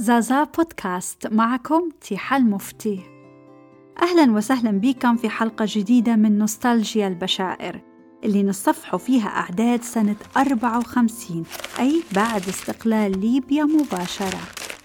زازا بودكاست، معكم تيحة المفتي. أهلاً وسهلاً بكم في حلقة جديدة من نوستالجيا البشائر اللي نصفحوا فيها أعداد سنة 54، أي بعد استقلال ليبيا مباشرة.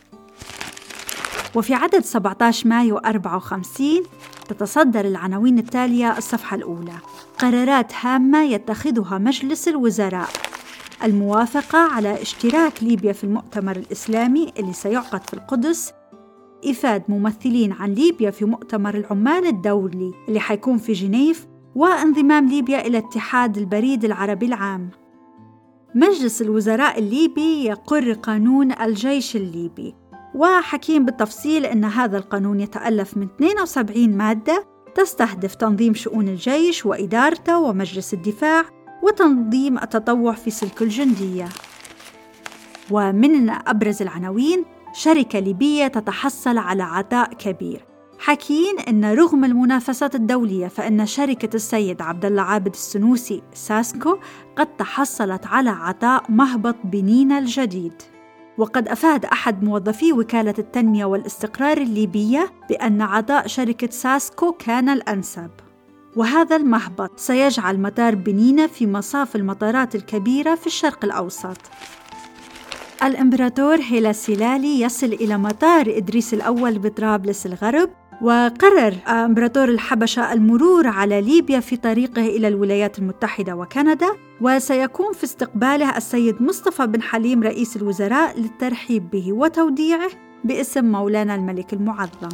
وفي عدد 17 مايو 54 تتصدر العناوين التالية الصفحة الأولى: قرارات هامة يتخذها مجلس الوزراء، الموافقة على اشتراك ليبيا في المؤتمر الإسلامي اللي سيعقد في القدس، إفاد ممثلين عن ليبيا في مؤتمر العمال الدولي اللي حيكون في جنيف، وانضمام ليبيا إلى اتحاد البريد العربي العام. مجلس الوزراء الليبي يقر قانون الجيش الليبي، وحكيم بالتفصيل أن هذا القانون يتألف من 72 مادة تستهدف تنظيم شؤون الجيش وإدارته ومجلس الدفاع وتنظيم التطوع في سلك الجندية. ومن أبرز العناوين: شركة ليبية تتحصل على عطاء كبير. حكين أن رغم المنافسات الدولية فإن شركة السيد عبد الله عابد السنوسي ساسكو قد تحصلت على عطاء مهبط بنينا الجديد. وقد أفاد أحد موظفي وكالة التنمية والاستقرار الليبية بأن عطاء شركة ساسكو كان الأنسب، وهذا المهبط سيجعل مطار بنينا في مصاف المطارات الكبيرة في الشرق الأوسط. الإمبراطور هيلا سيلالي يصل إلى مطار إدريس الأول بطرابلس الغرب، وقرر إمبراطور الحبشة المرور على ليبيا في طريقه إلى الولايات المتحدة وكندا، وسيكون في استقباله السيد مصطفى بن حليم رئيس الوزراء للترحيب به وتوديعه باسم مولانا الملك المعظم.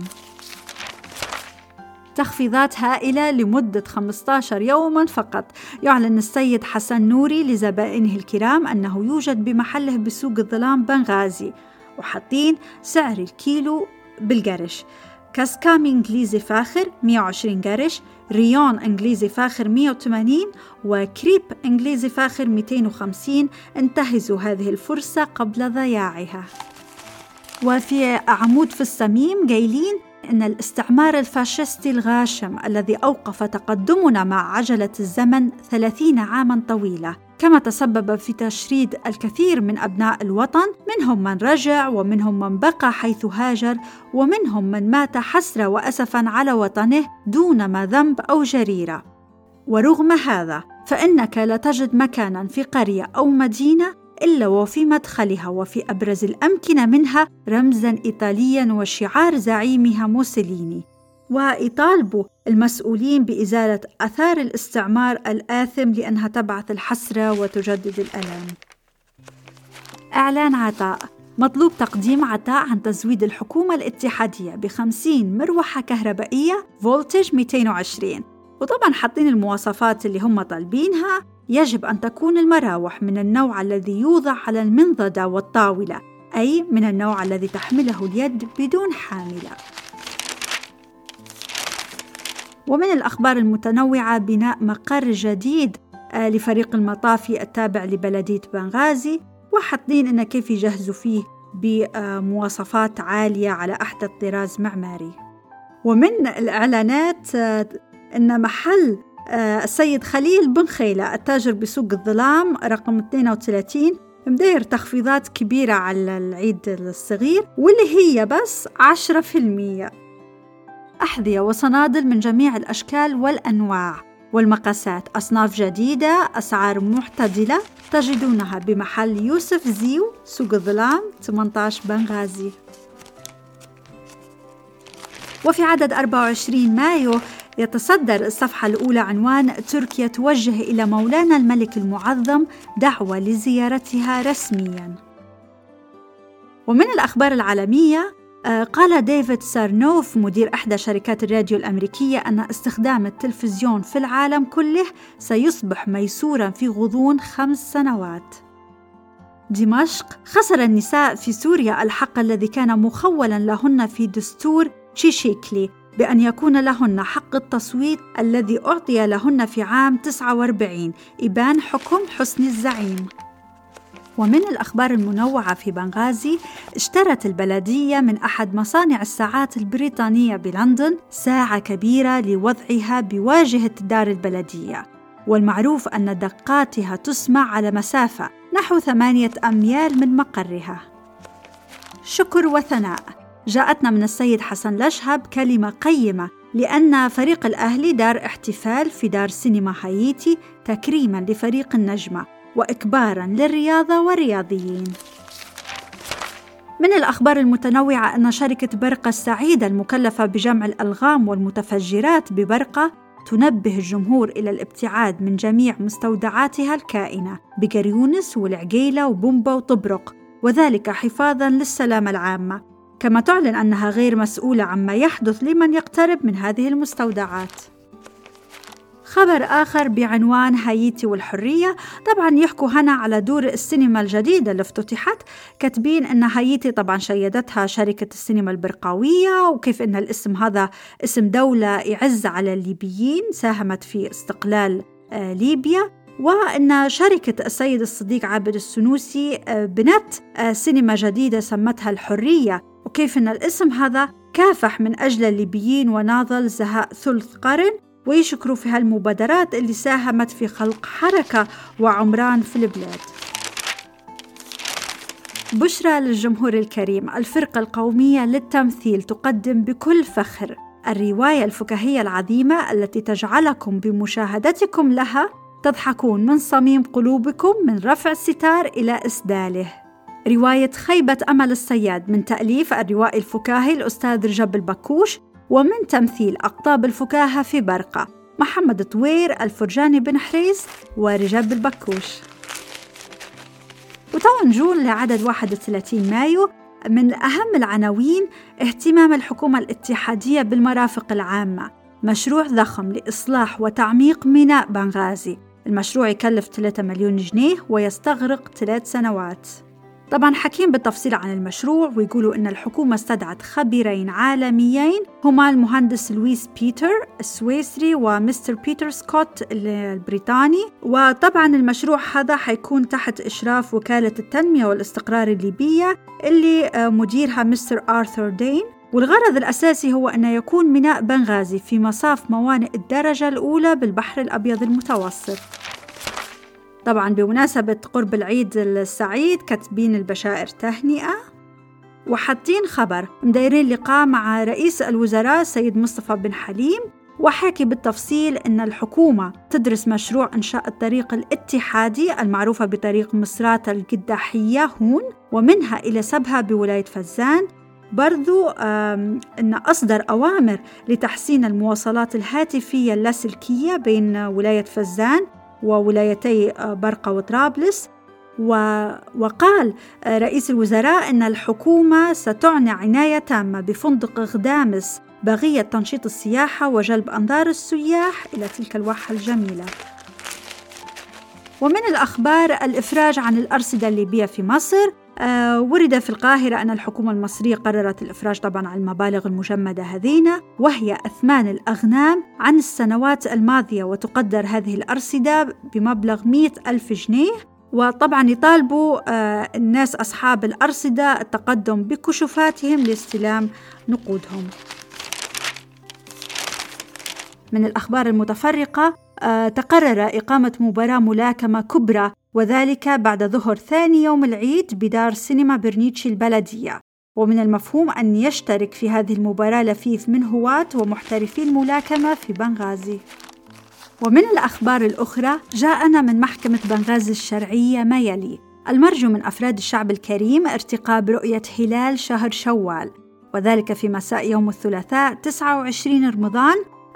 تخفيضات هائلة لمدة 15 يوماً فقط. يعلن السيد حسن نوري لزبائنه الكرام أنه يوجد بمحله بسوق الظلام بنغازي، وحاطين سعر الكيلو بالقرش: كاسكامي إنجليزي فاخر 120 قرش، ريون إنجليزي فاخر 180، وكريب إنجليزي فاخر 250. انتهزوا هذه الفرصة قبل ضياعها. وفي عمود في الصميم قايلين إن الاستعمار الفاشستي الغاشم الذي أوقف تقدمنا مع عجلة الزمن 30 عاماً طويلة، كما تسبب في تشريد الكثير من أبناء الوطن، منهم من رجع ومنهم من بقى حيث هاجر، ومنهم من مات حسرة وأسفاً على وطنه دون ما ذنب أو جريرة. ورغم هذا فإنك لا تجد مكاناً في قرية أو مدينة إلا وفي مدخلها وفي أبرز الأمكنة منها رمزاً إيطالياً وشعار زعيمها موسوليني، ويطالبوا المسؤولين بإزالة آثار الاستعمار الآثم لأنها تبعث الحسرة وتجدد الألم. إعلان عطاء: مطلوب تقديم عطاء عن تزويد الحكومة الاتحادية ب50 مروحة كهربائية فولتج 220. وطبعاً حاطين المواصفات اللي هم طالبينها. يجب أن تكون المراوح من النوع الذي يوضع على المنضدة والطاولة، أي من النوع الذي تحمله اليد بدون حاملة. ومن الأخبار المتنوعة: بناء مقر جديد لفريق المطافي التابع لبلدية بنغازي، وحاطين إن كيف يجهزوا فيه بمواصفات عالية على أحدث طراز معماري. ومن الإعلانات إن محل السيد خليل بن خيلة التاجر بسوق الظلام رقم 32 مدير تخفيضات كبيرة على العيد الصغير، واللي هي بس 10%. أحذية وصنادل من جميع الأشكال والأنواع والمقاسات، أصناف جديدة، أسعار معتدلة، تجدونها بمحل يوسف زيو سوق الظلام 18 بنغازي. وفي عدد 24 مايو يتصدر الصفحة الأولى عنوان: تركيا توجه إلى مولانا الملك المعظم دعوة لزيارتها رسمياً. ومن الأخبار العالمية: قال ديفيد سارنوف مدير إحدى شركات الراديو الأمريكية أن استخدام التلفزيون في العالم كله سيصبح ميسوراً في غضون 5 سنوات. دمشق: خسر النساء في سوريا الحق الذي كان مخولاً لهن في دستور تشيشيكلي بأن يكون لهن حق التصويت الذي أعطي لهن في عام 49، إبان حكم حسني الزعيم. ومن الأخبار المنوعة في بنغازي: اشترت البلدية من أحد مصانع الساعات البريطانية بلندن ساعة كبيرة لوضعها بواجهة دار البلدية، والمعروف أن دقاتها تسمع على مسافة نحو 8 أميال من مقرها. شكر وثناء. جاءتنا من السيد حسن لشهب كلمة قيمة، لأن فريق الأهلي دار احتفال في دار سينما هايتي تكريماً لفريق النجمة وإكباراً للرياضة والرياضيين. من الأخبار المتنوعة أن شركة برقة السعيدة المكلفة بجمع الألغام والمتفجرات ببرقة تنبه الجمهور إلى الابتعاد من جميع مستودعاتها الكائنة بقريونس والعقيلة وبومبا وطبرق، وذلك حفاظاً للسلامة العامة، كما تعلن أنها غير مسؤولة عما يحدث لمن يقترب من هذه المستودعات. خبر آخر بعنوان هايتي والحرية، طبعاً يحكوا هنا على دور السينما الجديدة اللي افتتحت، كاتبين أن هايتي طبعاً شيدتها شركة السينما البرقاوية، وكيف أن الاسم هذا اسم دولة يعز على الليبيين ساهمت في استقلال ليبيا، وأن شركة السيد الصديق عابد السنوسي بنت سينما جديدة سمتها الحرية، وكيف أن الاسم هذا كافح من أجل الليبيين وناضل زهاء ثلث قرن، ويشكروا في هالمبادرات اللي ساهمت في خلق حركة وعمران في البلاد. بشرى للجمهور الكريم، الفرقة القومية للتمثيل تقدم بكل فخر الرواية الفكاهية العظيمة التي تجعلكم بمشاهدتكم لها تضحكون من صميم قلوبكم من رفع الستار إلى إسداله. رواية خيبة أمل الصياد من تأليف الروائي الفكاهي الأستاذ رجب البكوش، ومن تمثيل أقطاب الفكاهة في برقة محمد طوير، الفرجاني بن حريز، ورجب البكوش. وتو نجول لعدد 31 مايو. من أهم العناوين اهتمام الحكومة الاتحادية بالمرافق العامة، مشروع ضخم لإصلاح وتعميق ميناء بنغازي. المشروع يكلف 3 مليون جنيه ويستغرق 3 سنوات. طبعاً حكيم بالتفصيل عن المشروع، ويقولوا إن الحكومة استدعت خبيرين عالميين هما المهندس لويس بيتر السويسري ومستر بيتر سكوت البريطاني. وطبعاً المشروع هذا حيكون تحت إشراف وكالة التنمية والاستقرار الليبية اللي مديرها مستر آرثر دين، والغرض الأساسي هو أن يكون ميناء بنغازي في مصاف موانئ الدرجة الأولى بالبحر الأبيض المتوسط. طبعاً بمناسبة قرب العيد السعيد كاتبين البشائر تهنئة، وحاطين خبر مدايرين لقاء مع رئيس الوزراء سيد مصطفى بن حليم، وحكي بالتفصيل أن الحكومة تدرس مشروع إنشاء الطريق الاتحادي المعروفة بطريق مصرات القداحية هون ومنها إلى سبها بولاية فزان. برضو أن أصدر أوامر لتحسين المواصلات الهاتفية اللاسلكية بين ولاية فزان وولايتي برقة وطرابلس. وقال رئيس الوزراء أن الحكومة ستعنى عناية تامة بفندق غدامس بغية تنشيط السياحة وجلب أنظار السياح إلى تلك الواحة الجميلة. ومن الأخبار الإفراج عن الأرصدة الليبية في مصر. ورد في القاهرة أن الحكومة المصرية قررت الإفراج طبعاً عن المبالغ المجمدة هذين، وهي أثمان الأغنام عن السنوات الماضية، وتقدر هذه الأرصدة بمبلغ 100,000 جنيه. وطبعاً يطالبوا الناس أصحاب الأرصدة التقدم بكشوفاتهم لاستلام نقودهم. من الأخبار المتفرقة، تقرر إقامة مباراة ملاكمة كبرى، وذلك بعد ظهر ثاني يوم العيد بدار سينما برنيتشي البلدية، ومن المفهوم أن يشترك في هذه المباراة لفيف من هواة ومحترفي الملاكمة في بنغازي. ومن الأخبار الأخرى، جاءنا من محكمة بنغازي الشرعية ما يلي: المرجو من أفراد الشعب الكريم ارتقاب رؤية هلال شهر شوال، وذلك في مساء يوم الثلاثاء 29 رمضان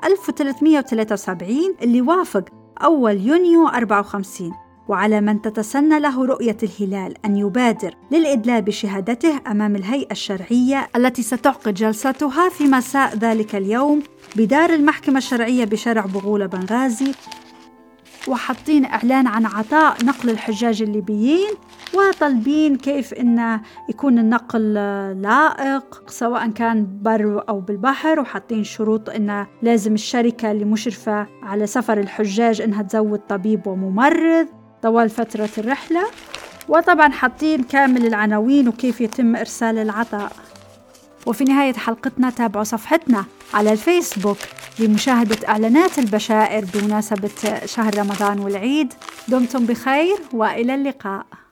1373 اللي وافق أول يونيو 54. وعلى من تتسنى له رؤية الهلال أن يبادر للإدلاء بشهادته أمام الهيئة الشرعية التي ستعقد جلستها في مساء ذلك اليوم بدار المحكمة الشرعية بشارع بغولة بنغازي. وحاطين إعلان عن عطاء نقل الحجاج الليبيين، وطالبين كيف إن يكون النقل لائق سواء كان بر أو بالبحر، وحاطين شروط إن لازم الشركة اللي مشرفة على سفر الحجاج إنها تزود طبيب وممرض طوال فترة الرحلة. وطبعا حاطين كامل العناوين وكيف يتم إرسال العطاء. وفي نهاية حلقتنا تابعوا صفحتنا على الفيسبوك لمشاهدة إعلانات البشائر بمناسبة شهر رمضان والعيد. دمتم بخير وإلى اللقاء.